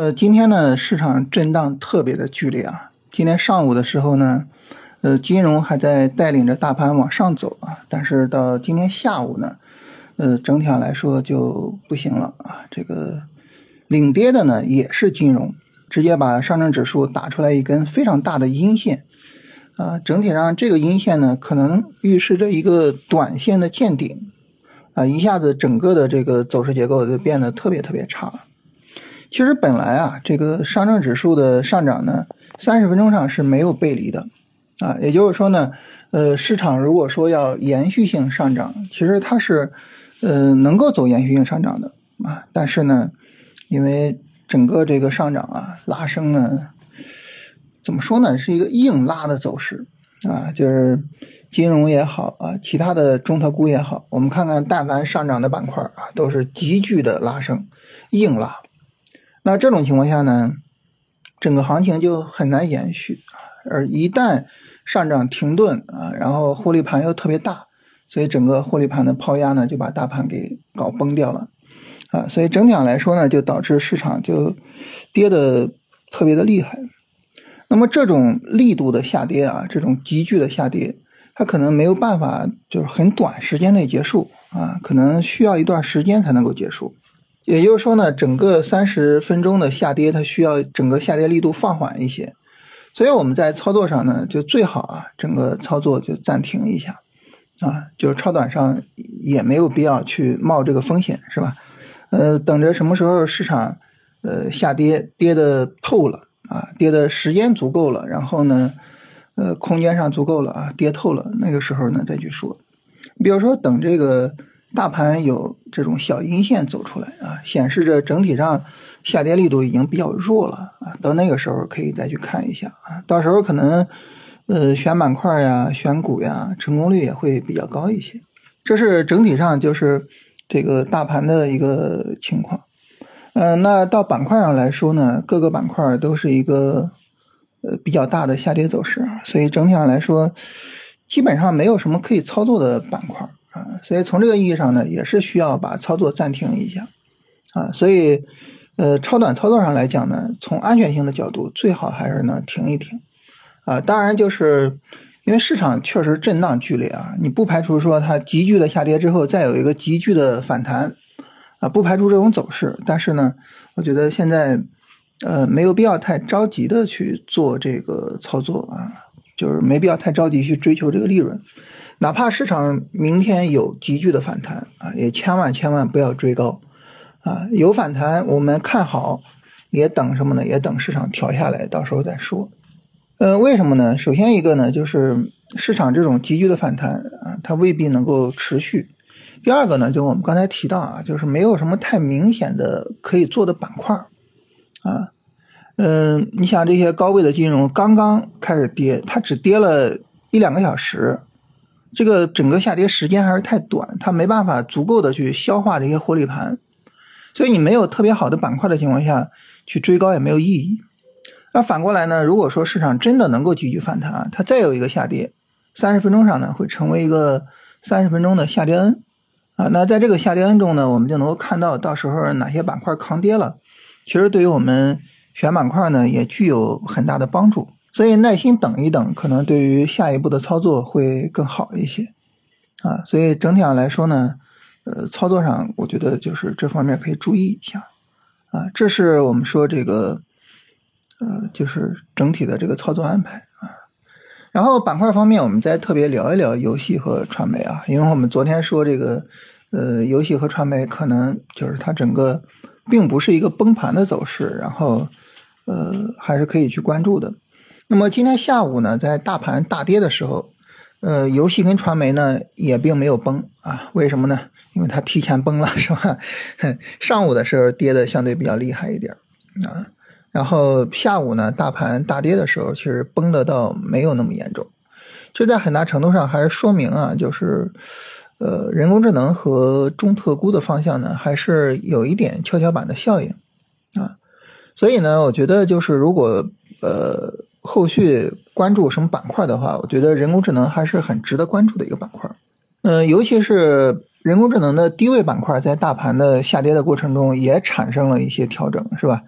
今天呢，市场震荡特别的剧烈啊。今天上午的时候呢，金融还在带领着大盘往上走啊，但是到今天下午呢，整体上来说就不行了啊。这个领跌的呢也是金融，直接把上证指数打出来一根非常大的阴线啊。整体上这个阴线呢，可能预示着一个短线的见顶啊，一下子整个的这个走势结构就变得特别差了。其实本来啊，这个上证指数的上涨呢，30分钟上是没有背离的啊，也就是说呢，市场如果说要延续性上涨，其实它是能够走延续性上涨的啊，但是呢，因为整个这个上涨啊拉升呢，怎么说呢，是一个硬拉的走势啊，就是金融也好啊，其他的中特估也好，我们看看但凡上涨的板块啊，都是急剧的拉升，硬拉。那这种情况下呢，整个行情就很难延续啊，而一旦上涨停顿啊，然后获利盘又特别大，所以整个获利盘的抛压呢就把大盘给搞崩掉了啊，所以整体上来说呢，就导致市场就跌得特别的厉害。那么这种力度的下跌啊，这种急剧的下跌，它可能没有办法就是很短时间内结束啊，可能需要一段时间才能够结束。也就是说呢，整个30分钟的下跌，它需要整个下跌力度放缓一些，所以我们在操作上呢，就最好啊，整个操作就暂停一下啊，就是超短上也没有必要去冒这个风险，是吧？等着什么时候市场下跌跌的透了啊，跌的时间足够了，然后呢空间上足够了啊，跌透了，那个时候呢再去说。比如说等这个大盘有这种小阴线走出来啊，显示着整体上下跌力度已经比较弱了啊，到那个时候可以再去看一下啊，到时候可能选板块呀、选股呀，成功率也会比较高一些。这是整体上就是这个大盘的一个情况。那到板块上来说呢，各个板块都是一个比较大的下跌走势啊，所以整体上来说基本上没有什么可以操作的板块啊，所以从这个意义上呢，也是需要把操作暂停一下啊，所以超短操作上来讲呢，从安全性的角度，最好还是呢停一停啊。当然就是因为市场确实震荡剧烈啊，你不排除说它急剧的下跌之后再有一个急剧的反弹啊，不排除这种走势，但是呢，我觉得现在没有必要太着急的去做这个操作啊，就是没必要太着急去追求这个利润。哪怕市场明天有急剧的反弹啊，也千万不要追高啊！有反弹我们看好，也等什么呢？也等市场调下来，到时候再说。为什么呢？首先一个呢，就是市场这种急剧的反弹啊，它未必能够持续。第二个呢，就我们刚才提到啊，就是没有什么太明显的可以做的板块啊。你想这些高位的金融刚刚开始跌，它只跌了1-2个小时。这个整个下跌时间还是太短，它没办法足够的去消化这些获利盘，所以你没有特别好的板块的情况下去追高也没有意义。那反过来呢，如果说市场真的能够急剧反弹，它再有一个下跌，30分钟上呢会成为一个30分钟的下跌 N 啊，那在这个下跌 N 中呢，我们就能够看到到时候哪些板块抗跌了，其实对于我们选板块呢也具有很大的帮助。所以耐心等一等，可能对于下一步的操作会更好一些啊。所以整体上来说呢，操作上我觉得就是这方面可以注意一下啊。这是我们说这个就是整体的这个操作安排啊。然后板块方面，我们再特别聊一聊游戏和传媒啊，因为我们昨天说这个游戏和传媒可能就是它整个并不是一个崩盘的走势，然后还是可以去关注的。那么今天下午呢，在大盘大跌的时候，游戏跟传媒呢也并没有崩啊，为什么呢？因为它提前崩了，是吧？上午的时候跌的相对比较厉害一点啊，然后下午呢，大盘大跌的时候，其实崩的倒没有那么严重。这在很大程度上还是说明啊，就是人工智能和中特估的方向呢，还是有一点跷跷板的效应啊。所以呢，我觉得就是如果后续关注什么板块的话，我觉得人工智能还是很值得关注的一个板块。尤其是人工智能的低位板块在大盘的下跌的过程中也产生了一些调整，是吧？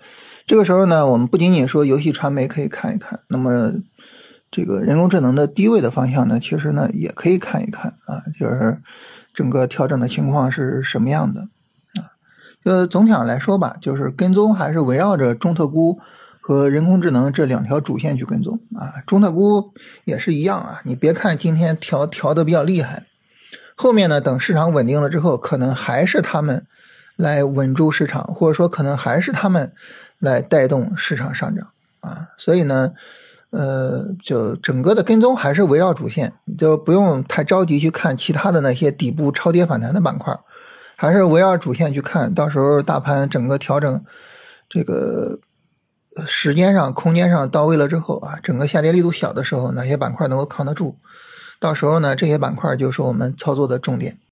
这个时候呢，我们不仅仅说游戏传媒可以看一看，那么这个人工智能的低位的方向呢，其实呢也可以看一看啊，就是整个调整的情况是什么样的啊。总体上来说吧，就是跟踪还是围绕着中特估和人工智能这两条主线去跟踪啊。中特估也是一样啊，你别看今天调的比较厉害，后面呢等市场稳定了之后，可能还是他们来稳住市场，或者说可能还是他们来带动市场上涨啊。所以呢就整个的跟踪还是围绕主线，就不用太着急去看其他的那些底部超跌反弹的板块，还是围绕主线去看，到时候大盘整个调整这个时间上空间上到位了之后啊，整个下跌力度小的时候，哪些板块能够扛得住，到时候呢这些板块就是我们操作的重点。